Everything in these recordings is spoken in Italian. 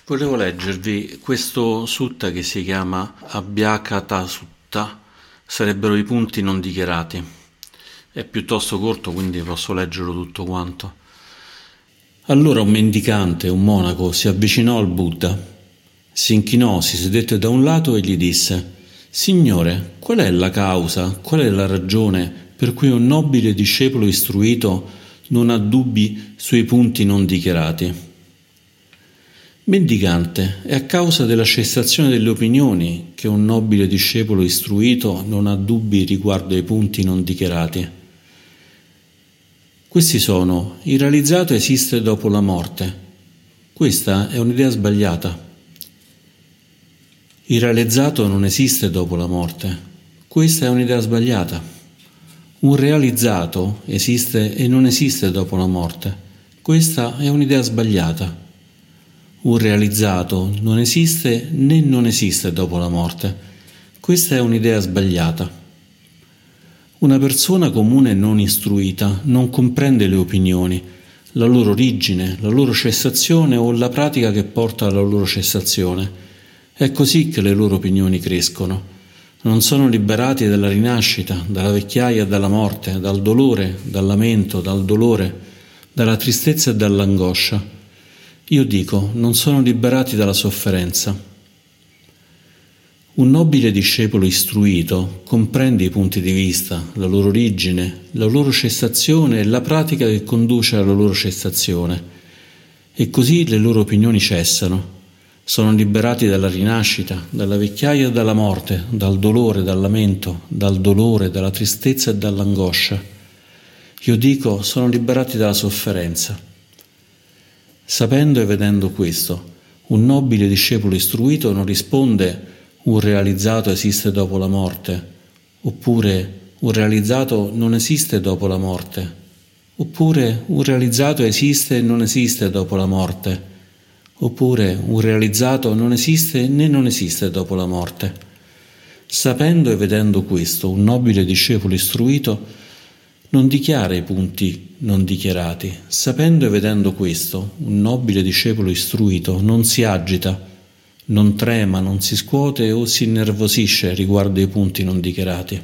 Volevo leggervi questo sutta che si chiama Abhyakata Sutta, sarebbero i punti non dichiarati. È piuttosto corto, quindi posso leggerlo tutto quanto. Allora un mendicante, un monaco, si avvicinò al Buddha, si inchinò, si sedette da un lato e gli disse: Signore, qual è la causa, qual è la ragione per cui un nobile discepolo istruito non ha dubbi sui punti non dichiarati? Mendicante, è a causa della cessazione delle opinioni che un nobile discepolo istruito non ha dubbi riguardo ai punti non dichiarati. Questi sono: il realizzato esiste dopo la morte. Questa è un'idea sbagliata. Il realizzato non esiste dopo la morte. Questa è un'idea sbagliata. Un realizzato esiste e non esiste dopo la morte. Questa è un'idea sbagliata. Un realizzato non esiste né non esiste dopo la morte. Questa è un'idea sbagliata. Una persona comune non istruita non comprende le opinioni, la loro origine, la loro cessazione o la pratica che porta alla loro cessazione. È così che le loro opinioni crescono. Non sono liberati dalla rinascita, dalla vecchiaia e dalla morte, dal dolore, dal lamento, dal dolore, dalla tristezza e dall'angoscia. Io dico, non sono liberati dalla sofferenza. Un nobile discepolo istruito comprende i punti di vista, la loro origine, la loro cessazione e la pratica che conduce alla loro cessazione. E così le loro opinioni cessano. Sono liberati dalla rinascita, dalla vecchiaia e dalla morte, dal dolore, dal lamento, dal dolore, dalla tristezza e dall'angoscia. Io dico, sono liberati dalla sofferenza. Sapendo e vedendo questo, un nobile discepolo istruito non risponde: un realizzato esiste dopo la morte, oppure un realizzato non esiste dopo la morte, oppure un realizzato esiste e non esiste dopo la morte, oppure un realizzato non esiste né non esiste dopo la morte. Sapendo e vedendo questo, un nobile discepolo istruito non dichiara i punti non dichiarati. Sapendo e vedendo questo, un nobile discepolo istruito non si agita, non trema, non si scuote o si innervosisce riguardo ai punti non dichiarati.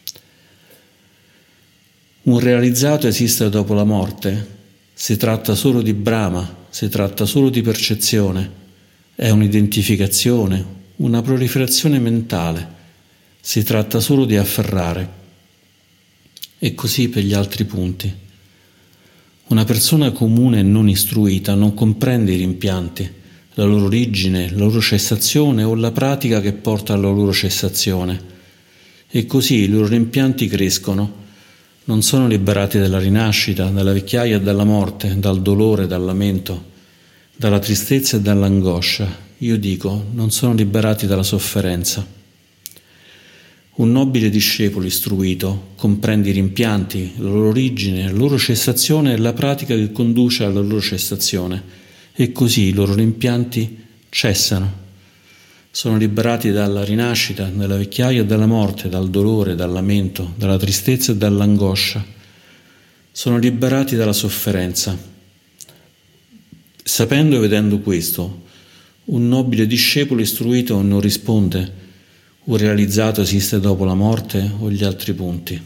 Un realizzato esiste dopo la morte. Si tratta solo di Brahma, si tratta solo di percezione. È un'identificazione, una proliferazione mentale. Si tratta solo di afferrare. E così per gli altri punti. Una persona comune e non istruita non comprende i rimpianti, la loro origine, la loro cessazione o la pratica che porta alla loro cessazione. E così i loro rimpianti crescono. Non sono liberati dalla rinascita, dalla vecchiaia e dalla morte, dal dolore, dal lamento, dalla tristezza e dall'angoscia. Io dico, non sono liberati dalla sofferenza. Un nobile discepolo istruito comprende i rimpianti, la loro origine, la loro cessazione e la pratica che conduce alla loro cessazione. E così i loro rimpianti cessano. Sono liberati dalla rinascita, dalla vecchiaia e dalla morte, dal dolore, dal lamento, dalla tristezza e dall'angoscia. Sono liberati dalla sofferenza. Sapendo e vedendo questo, un nobile discepolo istruito non risponde: un realizzato esiste dopo la morte o gli altri punti.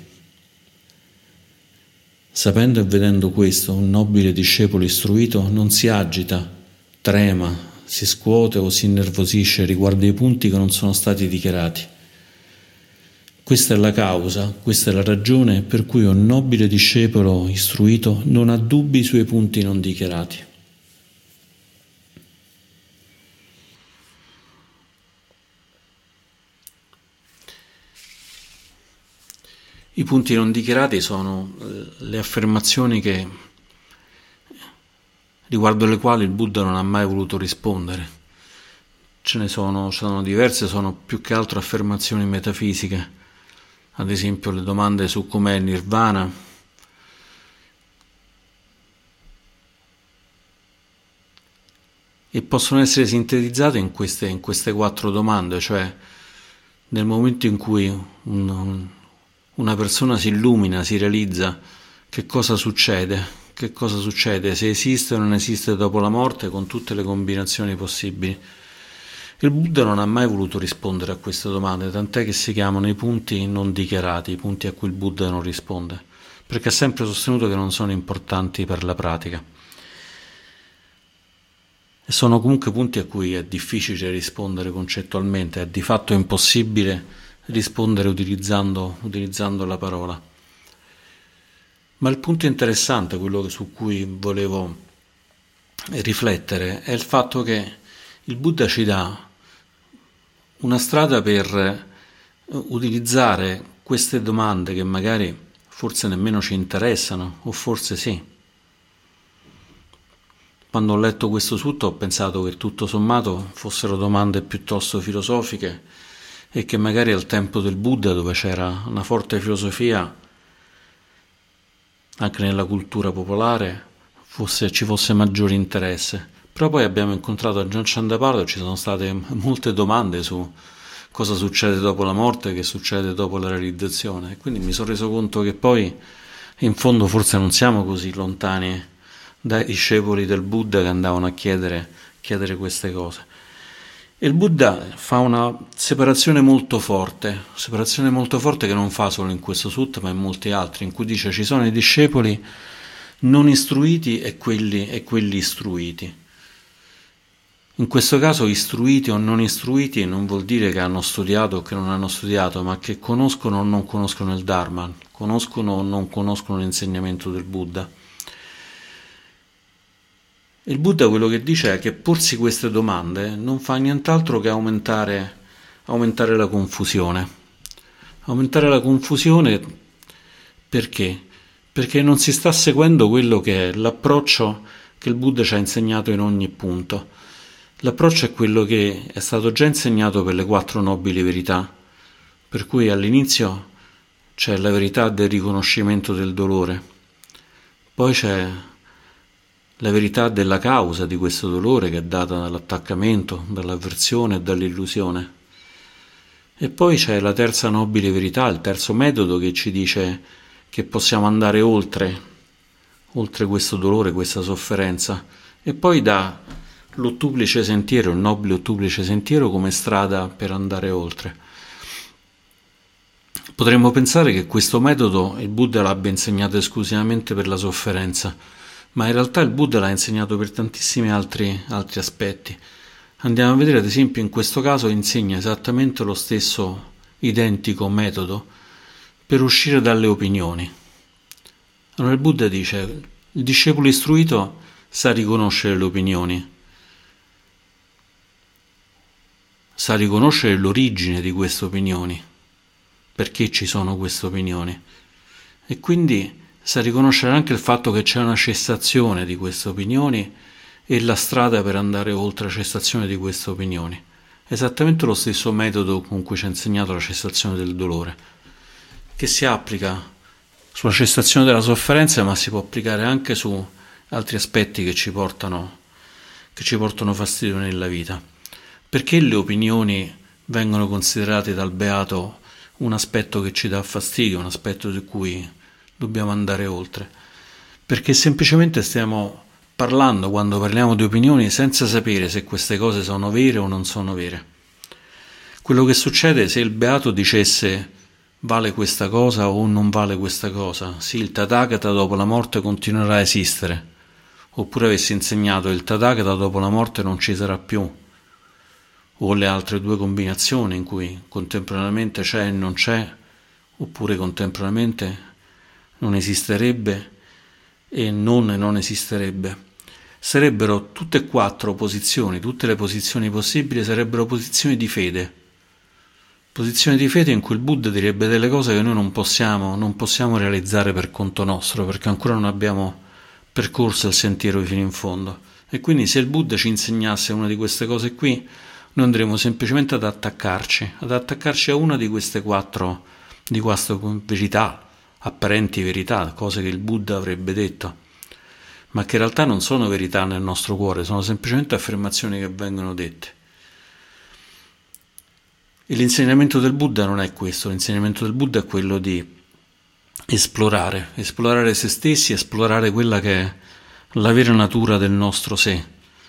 Sapendo e vedendo questo, un nobile discepolo istruito non si agita, trema, si scuote o si innervosisce riguardo ai punti che non sono stati dichiarati. Questa è la causa, questa è la ragione per cui un nobile discepolo istruito non ha dubbi sui punti non dichiarati. I punti non dichiarati sono le affermazioni riguardo le quali il Buddha non ha mai voluto rispondere. Ce ne sono diverse, sono più che altro affermazioni metafisiche, ad esempio le domande su com'è il nirvana, e possono essere sintetizzate in queste 4 domande, cioè nel momento in cui una persona si illumina, si realizza, che cosa succede? che cosa succede, se esiste o non esiste dopo la morte, con tutte le combinazioni possibili. Il Buddha non ha mai voluto rispondere a queste domande, tant'è che si chiamano i punti non dichiarati, i punti a cui il Buddha non risponde, perché ha sempre sostenuto che non sono importanti per la pratica. E sono comunque punti a cui è difficile rispondere concettualmente, è di fatto impossibile rispondere utilizzando la parola. Ma il punto interessante, quello su cui volevo riflettere, è il fatto che il Buddha ci dà una strada per utilizzare queste domande che magari forse nemmeno ci interessano, o forse sì. Quando ho letto questo sutta ho pensato che tutto sommato fossero domande piuttosto filosofiche e che magari al tempo del Buddha, dove c'era una forte filosofia, anche nella cultura popolare, ci fosse maggiore interesse. Però poi abbiamo incontrato Ajahn Chandapalo e ci sono state molte domande su cosa succede dopo la morte, che succede dopo la realizzazione. E quindi mi sono reso conto che poi, in fondo, forse non siamo così lontani dai discepoli del Buddha che andavano a chiedere queste cose. E il Buddha fa una separazione molto forte che non fa solo in questo sutta, ma in molti altri, in cui dice ci sono i discepoli non istruiti e quelli istruiti. In questo caso istruiti o non istruiti non vuol dire che hanno studiato o che non hanno studiato, ma che conoscono o non conoscono il Dharma, conoscono o non conoscono l'insegnamento del Buddha. Il Buddha quello che dice è che porsi queste domande non fa nient'altro che aumentare la confusione. Aumentare la confusione perché? Perché non si sta seguendo quello che è l'approccio che il Buddha ci ha insegnato in ogni punto. L'approccio è quello che è stato già insegnato per le 4 nobili verità, per cui all'inizio c'è la verità del riconoscimento del dolore, poi c'è la verità della causa di questo dolore che è data dall'attaccamento, dall'avversione e dall'illusione. E poi c'è la terza nobile verità, il terzo metodo che ci dice che possiamo andare oltre questo dolore, questa sofferenza, e poi dà l'ottuplice sentiero, il nobile ottuplice sentiero come strada per andare oltre. Potremmo pensare che questo metodo il Buddha l'abbia insegnato esclusivamente per la sofferenza, ma in realtà il Buddha l'ha insegnato per tantissimi altri aspetti. Andiamo a vedere, ad esempio, in questo caso insegna esattamente lo stesso identico metodo per uscire dalle opinioni. Allora il Buddha dice: il discepolo istruito sa riconoscere le opinioni, sa riconoscere l'origine di queste opinioni, perché ci sono queste opinioni, e quindi sa riconoscere anche il fatto che c'è una cessazione di queste opinioni e la strada per andare oltre la cessazione di queste opinioni. Esattamente lo stesso metodo con cui ci ha insegnato la cessazione del dolore, che si applica sulla cessazione della sofferenza, ma si può applicare anche su altri aspetti che ci portano fastidio nella vita. Perché le opinioni vengono considerate dal Beato un aspetto che ci dà fastidio, un aspetto di cui dobbiamo andare oltre? Perché semplicemente stiamo parlando, quando parliamo di opinioni, senza sapere se queste cose sono vere o non sono vere. Quello che succede se il Beato dicesse vale questa cosa o non vale questa cosa, sì, il Tathagata dopo la morte continuerà a esistere, oppure avesse insegnato il Tathagata dopo la morte non ci sarà più, o le altre 2 combinazioni in cui contemporaneamente c'è e non c'è, oppure contemporaneamente non esisterebbe e non esisterebbe. Sarebbero tutte e 4 posizioni, tutte le posizioni possibili sarebbero posizioni di fede in cui il Buddha direbbe delle cose che noi non possiamo realizzare per conto nostro, perché ancora non abbiamo percorso il sentiero fino in fondo. E quindi se il Buddha ci insegnasse una di queste cose qui, noi andremo semplicemente ad attaccarci a una di queste 4 verità, apparenti verità, cose che il Buddha avrebbe detto, ma che in realtà non sono verità nel nostro cuore, sono semplicemente affermazioni che vengono dette. E l'insegnamento del Buddha non è questo, l'insegnamento del Buddha è quello di esplorare se stessi, esplorare quella che è la vera natura del nostro sé,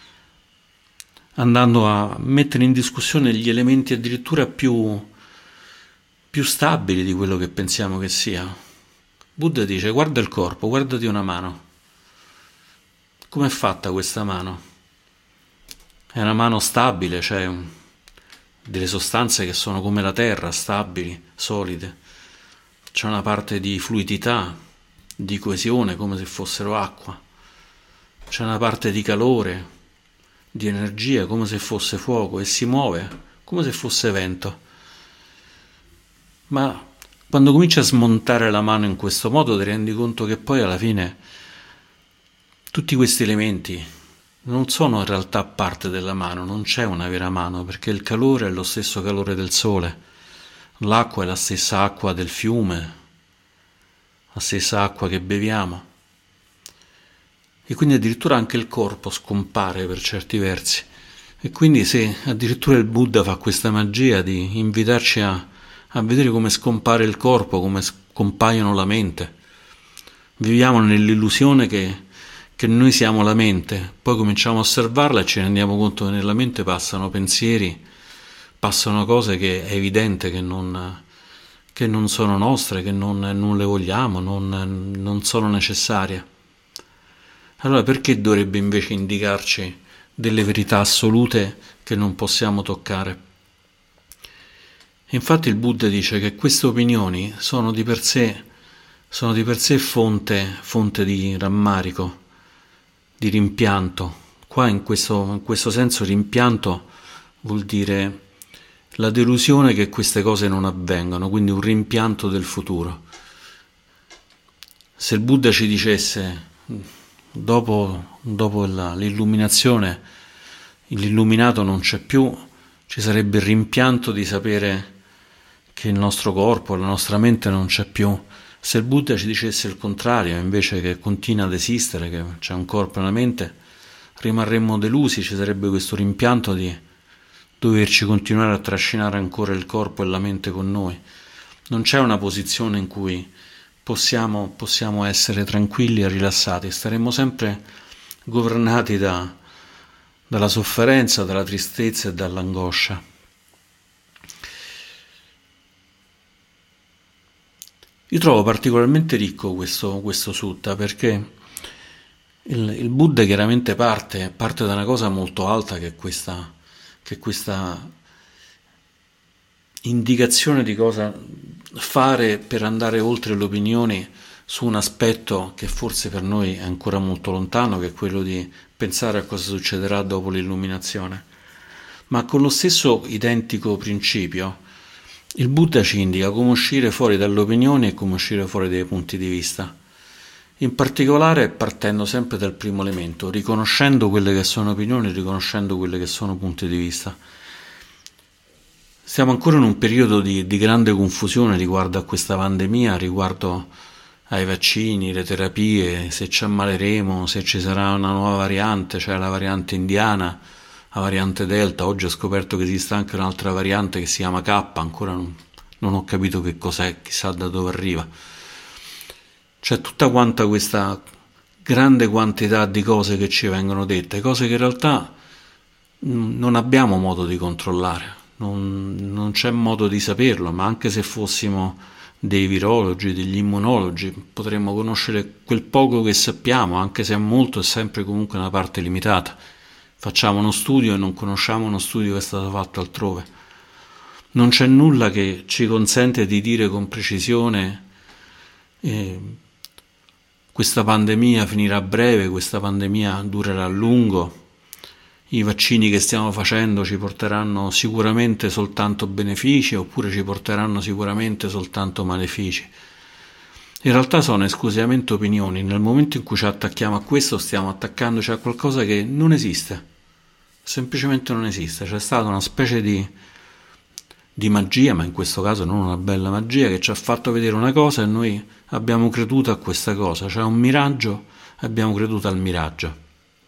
andando a mettere in discussione gli elementi addirittura più stabili di quello che pensiamo che sia. Buddha dice: guarda il corpo, guardati una mano. Com'è fatta questa mano? È una mano stabile, cioè delle sostanze che sono come la terra, stabili, solide. C'è una parte di fluidità, di coesione, come se fossero acqua. C'è una parte di calore, di energia, come se fosse fuoco, e si muove come se fosse vento. Ma quando cominci a smontare la mano in questo modo ti rendi conto che poi alla fine tutti questi elementi non sono in realtà parte della mano, non c'è una vera mano, perché il calore è lo stesso calore del sole, l'acqua è la stessa acqua del fiume, la stessa acqua che beviamo. E quindi addirittura anche il corpo scompare per certi versi. E quindi se addirittura il Buddha fa questa magia di invitarci a vedere come scompare il corpo, come scompaiono la mente, viviamo nell'illusione che noi siamo la mente, poi cominciamo a osservarla e ci rendiamo conto che nella mente passano pensieri, passano cose che è evidente che non sono nostre, che non le vogliamo, non sono necessarie. Allora perché dovrebbe invece indicarci delle verità assolute che non possiamo toccare? E infatti il Buddha dice che queste opinioni sono di per sé fonte di rammarico, di rimpianto. Qua in questo senso rimpianto vuol dire la delusione che queste cose non avvengano, quindi un rimpianto del futuro. Se il Buddha ci dicesse dopo l'illuminazione l'illuminato non c'è più, ci sarebbe il rimpianto di sapere che il nostro corpo, la nostra mente non c'è più. Se il Buddha ci dicesse il contrario, invece che continua ad esistere, che c'è un corpo e una mente, rimarremmo delusi, ci sarebbe questo rimpianto di doverci continuare a trascinare ancora il corpo e la mente con noi. Non c'è una posizione in cui possiamo essere tranquilli e rilassati, staremmo sempre governati dalla sofferenza, dalla tristezza e dall'angoscia. Io trovo particolarmente ricco questo sutta, perché il Buddha chiaramente parte da una cosa molto alta, che è questa indicazione di cosa fare per andare oltre le opinioni su un aspetto che forse per noi è ancora molto lontano, che è quello di pensare a cosa succederà dopo l'illuminazione. Ma con lo stesso identico principio il Buddha ci indica come uscire fuori dalle opinioni e come uscire fuori dai punti di vista. In particolare partendo sempre dal primo elemento, riconoscendo quelle che sono opinioni, riconoscendo quelle che sono punti di vista. Siamo ancora in un periodo di grande confusione riguardo a questa pandemia, riguardo ai vaccini, le terapie, se ci ammaleremo, se ci sarà una nuova variante, cioè la variante indiana, la variante Delta. Oggi ho scoperto che esiste anche un'altra variante che si chiama K, ancora non ho capito che cos'è, chissà da dove arriva. C'è tutta quanta questa grande quantità di cose che ci vengono dette, cose che in realtà non abbiamo modo di controllare, non c'è modo di saperlo, ma anche se fossimo dei virologi, degli immunologi, potremmo conoscere quel poco che sappiamo, anche se è molto, è sempre comunque una parte limitata. Facciamo uno studio e non conosciamo uno studio che è stato fatto altrove. Non c'è nulla che ci consente di dire con precisione questa pandemia finirà a breve, questa pandemia durerà a lungo, i vaccini che stiamo facendo ci porteranno sicuramente soltanto benefici oppure ci porteranno sicuramente soltanto malefici. In realtà sono esclusivamente opinioni. Nel momento in cui ci attacchiamo a questo, stiamo attaccandoci a qualcosa che non esiste, semplicemente non esiste. C'è stata una specie di magia, ma in questo caso non una bella magia, che ci ha fatto vedere una cosa e noi abbiamo creduto a questa cosa. Cioè un miraggio, abbiamo creduto al miraggio.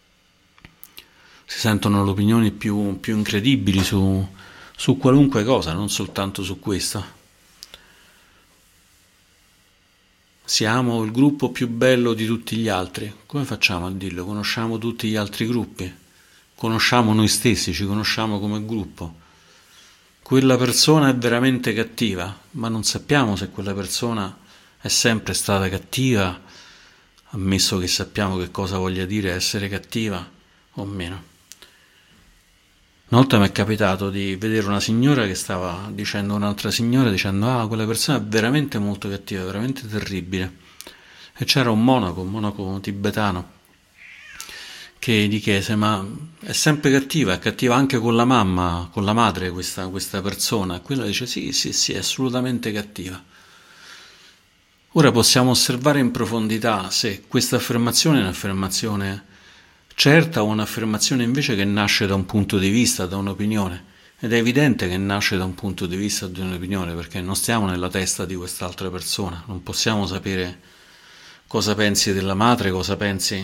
Si sentono le opinioni più incredibili su qualunque cosa, non soltanto su questa. siamo il gruppo più bello di tutti gli altri. Come facciamo a dirlo? Conosciamo tutti gli altri gruppi, conosciamo noi stessi, ci conosciamo come gruppo. Quella persona è veramente cattiva, ma non sappiamo se quella persona è sempre stata cattiva, ammesso che sappiamo che cosa voglia dire essere cattiva o meno. Una volta mi è capitato di vedere una signora che stava dicendo a un'altra signora, dicendo quella persona è veramente molto cattiva, veramente terribile. E c'era un monaco tibetano, che gli chiese: ma è sempre cattiva, è cattiva anche con la mamma, con la madre questa persona? E quella dice: sì, è assolutamente cattiva. Ora possiamo osservare in profondità se questa affermazione è un'affermazione certa o un'affermazione invece che nasce da un punto di vista, da un'opinione. Ed è evidente che nasce da un punto di vista, da un'opinione, perché non stiamo nella testa di quest'altra persona, non possiamo sapere cosa pensi della madre, cosa pensi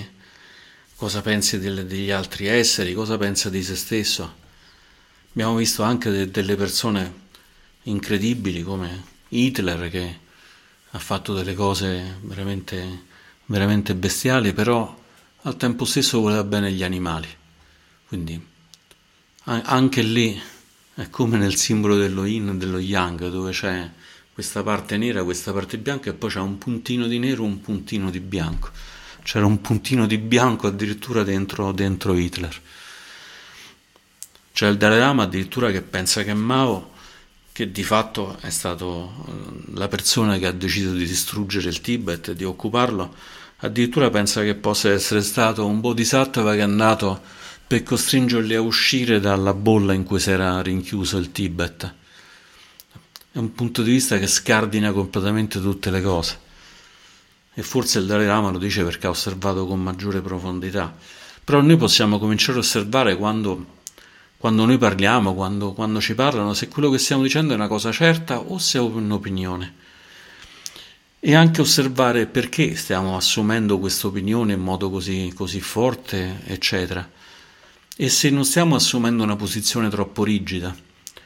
degli altri esseri, cosa pensa di se stesso. Abbiamo visto anche delle persone incredibili come Hitler, che ha fatto delle cose veramente, veramente bestiali, però al tempo stesso voleva bene gli animali. Quindi anche lì è come nel simbolo dello yin e dello yang, dove c'è questa parte nera, questa parte bianca, e poi c'è un puntino di nero, un puntino di bianco. C'era un puntino di bianco addirittura dentro Hitler. C'è il Dalai Lama addirittura che pensa che Mao, che di fatto è stato la persona che ha deciso di distruggere il Tibet e di occuparlo, addirittura pensa che possa essere stato un bodhisattva che è andato per costringerli a uscire dalla bolla in cui si era rinchiuso il Tibet. È un punto di vista che scardina completamente tutte le cose. E forse il Dalai Lama lo dice perché ha osservato con maggiore profondità. Però noi possiamo cominciare a osservare quando noi parliamo, quando ci parlano, se quello che stiamo dicendo è una cosa certa o se è un'opinione. E anche osservare perché stiamo assumendo questa opinione in modo così forte, eccetera. E se non stiamo assumendo una posizione troppo rigida.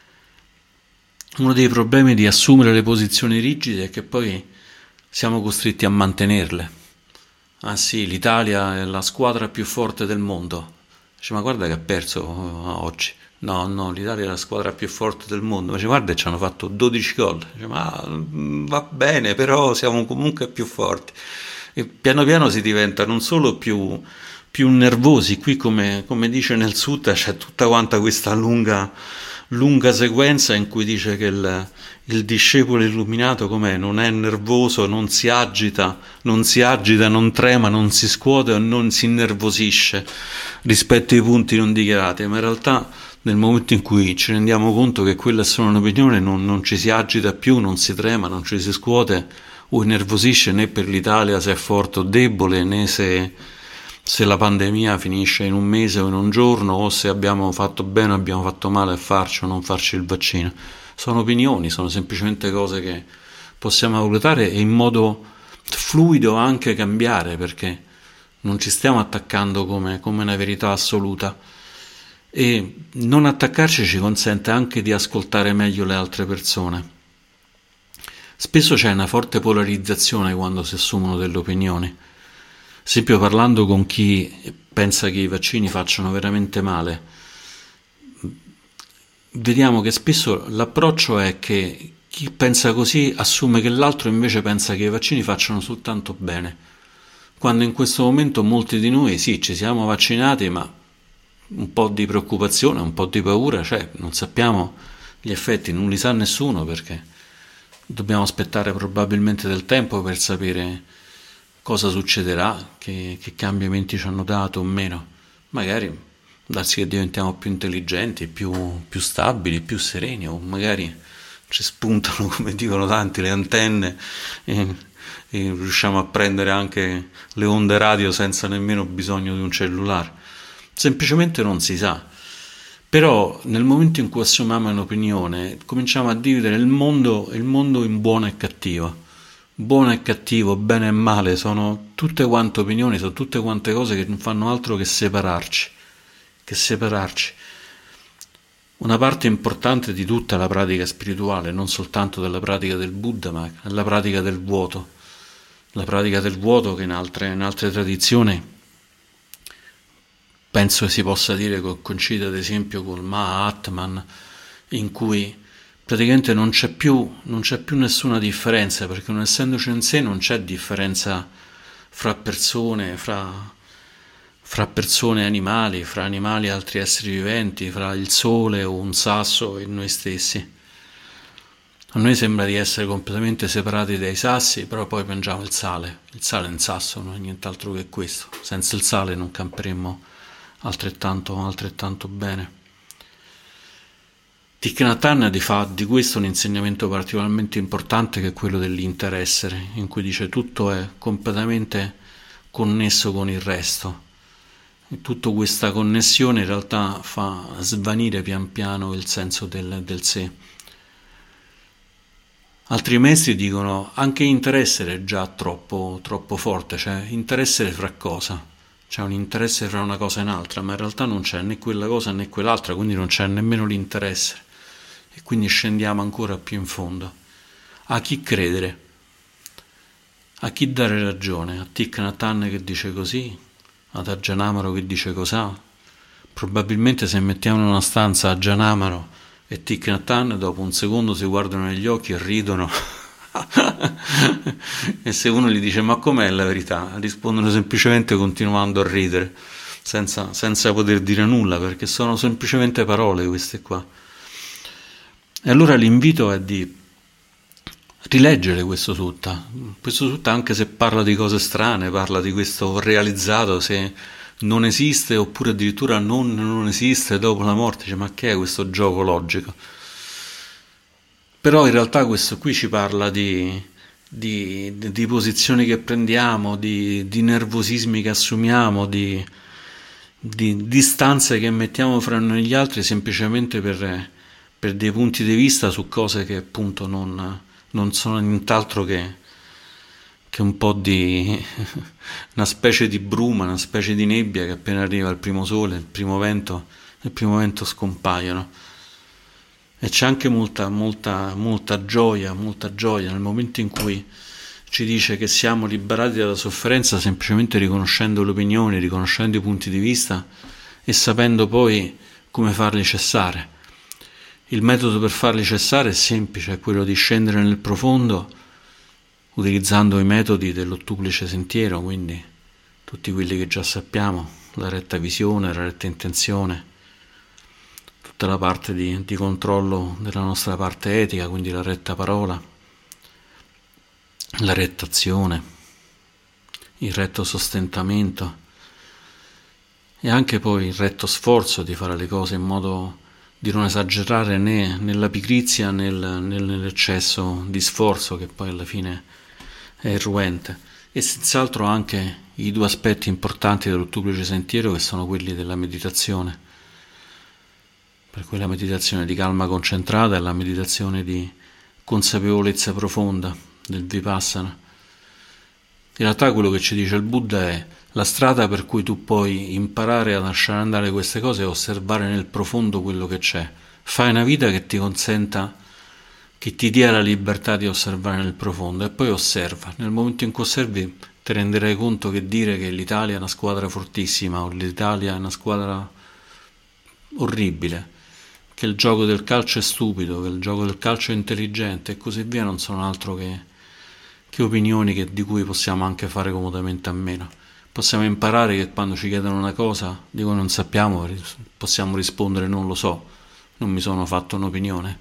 Uno dei problemi di assumere le posizioni rigide è che poi siamo costretti a mantenerle. Ah sì, l'Italia è la squadra più forte del mondo. Dice: ma guarda che ha perso oggi. No, l'Italia è la squadra più forte del mondo. Ma dice: guarda, ci hanno fatto 12 gol. Dice: ma va bene, però siamo comunque più forti. E piano piano si diventa non solo più nervosi. Qui, come dice nel Sutta, c'è tutta quanta questa lunga sequenza in cui dice che il discepolo illuminato com'è? Non è nervoso, non si agita, non trema, non si scuote o non si innervosisce rispetto ai punti non dichiarati, ma in realtà nel momento in cui ci rendiamo conto che quella è solo un'opinione, non ci si agita più, non si trema, non ci si scuote o innervosisce né per l'Italia se è forte o debole, né se la pandemia finisce in un mese o in un giorno, o se abbiamo fatto bene o abbiamo fatto male a farci o non farci il vaccino. Sono opinioni, sono semplicemente cose che possiamo valutare e in modo fluido anche cambiare, perché non ci stiamo attaccando come una verità assoluta. E non attaccarci ci consente anche di ascoltare meglio le altre persone. Spesso c'è una forte polarizzazione quando si assumono delle opinioni. Ad esempio, parlando con chi pensa che i vaccini facciano veramente male, vediamo che spesso l'approccio è che chi pensa così assume che l'altro invece pensa che i vaccini facciano soltanto bene, quando in questo momento molti di noi sì, ci siamo vaccinati, ma un po' di preoccupazione, un po' di paura c'è, non sappiamo gli effetti, non li sa nessuno, perché dobbiamo aspettare probabilmente del tempo per sapere cosa succederà, che cambiamenti ci hanno dato o meno. Magari darsi che diventiamo più intelligenti, più stabili, più sereni, o magari ci spuntano, come dicono tanti, le antenne e riusciamo a prendere anche le onde radio senza nemmeno bisogno di un cellulare. Semplicemente non si sa. Però nel momento in cui assumiamo un'opinione cominciamo a dividere il mondo in buono e cattivo. Buono e cattivo, bene e male sono tutte quante opinioni, sono tutte quante cose che non fanno altro che separarci. Una parte importante di tutta la pratica spirituale, non soltanto della pratica del Buddha, ma la pratica del vuoto. la pratica del vuoto, che in altre tradizioni penso che si possa dire che coincide ad esempio col Mahatman, in cui praticamente non c'è più nessuna differenza, perché non essendoci in sé non c'è differenza fra persone, fra persone e animali, fra animali e altri esseri viventi, fra il sole o un sasso e noi stessi. A noi sembra di essere completamente separati dai sassi, però poi mangiamo il sale. Il sale è un sasso, non è nient'altro che questo. Senza il sale non camperemmo altrettanto bene. Thich Nhat Hanh fa di questo un insegnamento particolarmente importante, che è quello dell'interessere, in cui dice tutto è completamente connesso con il resto. E tutta questa connessione in realtà fa svanire pian piano il senso del sé. Altri maestri dicono anche interesse è già troppo forte, cioè interesse fra cosa? C'è un interesse fra una cosa e un'altra, ma in realtà non c'è né quella cosa né quell'altra, quindi non c'è nemmeno l'interesse. E quindi scendiamo ancora più in fondo. A chi credere? A chi dare ragione? A Thich Nhat Hanh che dice così? Ad Aggianamaro che dice cos'ha? Probabilmente se mettiamo in una stanza Aggianamaro e Thich Nhat Hanh, dopo un secondo si guardano negli occhi e ridono. E se uno gli dice ma com'è la verità? Rispondono semplicemente continuando a ridere, senza poter dire nulla, perché sono semplicemente parole queste qua. E allora l'invito è di rileggere questo sutta, anche se parla di cose strane, parla di questo realizzato, se non esiste oppure addirittura non esiste dopo la morte, dice, ma che è questo gioco logico? Però in realtà questo qui ci parla di posizioni che prendiamo, di nervosismi che assumiamo, di distanze che mettiamo fra noi e gli altri semplicemente per dei punti di vista su cose che appunto non sono nient'altro che un po' di una specie di bruma, una specie di nebbia che appena arriva il primo sole, il primo vento scompaiono. E c'è anche molta gioia nel momento in cui ci dice che siamo liberati dalla sofferenza semplicemente riconoscendo le opinioni, riconoscendo i punti di vista e sapendo poi come farli cessare. Il metodo per farli cessare è semplice, è quello di scendere nel profondo utilizzando i metodi dell'ottuplice sentiero, quindi tutti quelli che già sappiamo, la retta visione, la retta intenzione, tutta la parte di controllo della nostra parte etica, quindi la retta parola, la retta azione, il retto sostentamento e anche poi il retto sforzo di fare le cose in modo di non esagerare né nella pigrizia né nell'eccesso di sforzo, che poi alla fine è irruente. E senz'altro anche i due aspetti importanti dell'ottuplice sentiero, che sono quelli della meditazione, per cui la meditazione di calma concentrata e la meditazione di consapevolezza profonda del Vipassana. In realtà quello che ci dice il Buddha è la strada per cui tu puoi imparare a lasciare andare queste cose e osservare nel profondo quello che c'è. Fai una vita che ti consenta, che ti dia la libertà di osservare nel profondo, e poi osserva. Nel momento in cui osservi ti renderai conto che dire che l'Italia è una squadra fortissima o l'Italia è una squadra orribile, che il gioco del calcio è stupido, che il gioco del calcio è intelligente e così via, non sono altro che opinioni di cui possiamo anche fare comodamente a meno. Possiamo imparare che quando ci chiedono una cosa di cui non sappiamo, possiamo rispondere non lo so, non mi sono fatto un'opinione.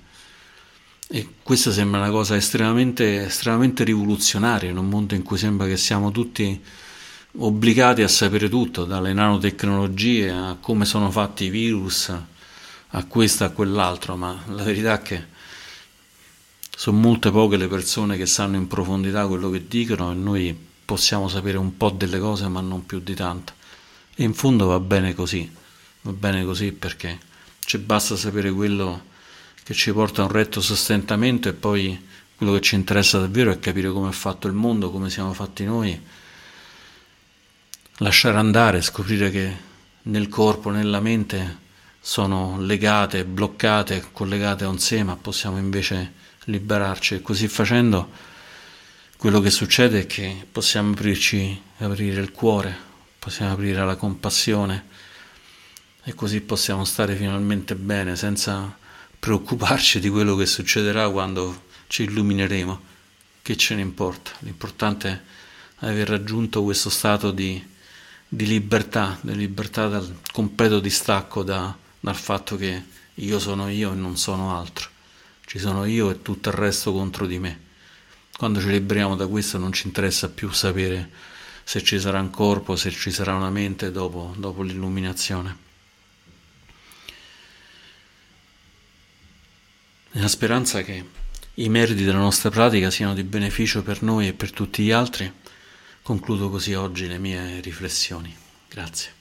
E questa sembra una cosa estremamente rivoluzionaria in un mondo in cui sembra che siamo tutti obbligati a sapere tutto, dalle nanotecnologie a come sono fatti i virus, a questo, a quell'altro, ma la verità è che sono molte poche le persone che sanno in profondità quello che dicono, e noi possiamo sapere un po' delle cose ma non più di tanto. E in fondo va bene così perché ci basta sapere quello che ci porta a un retto sostentamento, e poi quello che ci interessa davvero è capire come è fatto il mondo, come siamo fatti noi, lasciare andare, scoprire che nel corpo, nella mente sono legate, bloccate, collegate a un sé, ma possiamo invece liberarci, e così facendo quello che succede è che possiamo aprire il cuore, possiamo aprire alla compassione e così possiamo stare finalmente bene senza preoccuparci di quello che succederà quando ci illumineremo. Che ce ne importa? L'importante è aver raggiunto questo stato di libertà dal completo distacco dal fatto che io sono io e non sono altro. Ci sono io e tutto il resto contro di me. Quando ci liberiamo da questo non ci interessa più sapere se ci sarà un corpo, se ci sarà una mente dopo l'illuminazione. Nella speranza che i meriti della nostra pratica siano di beneficio per noi e per tutti gli altri, concludo così oggi le mie riflessioni. Grazie.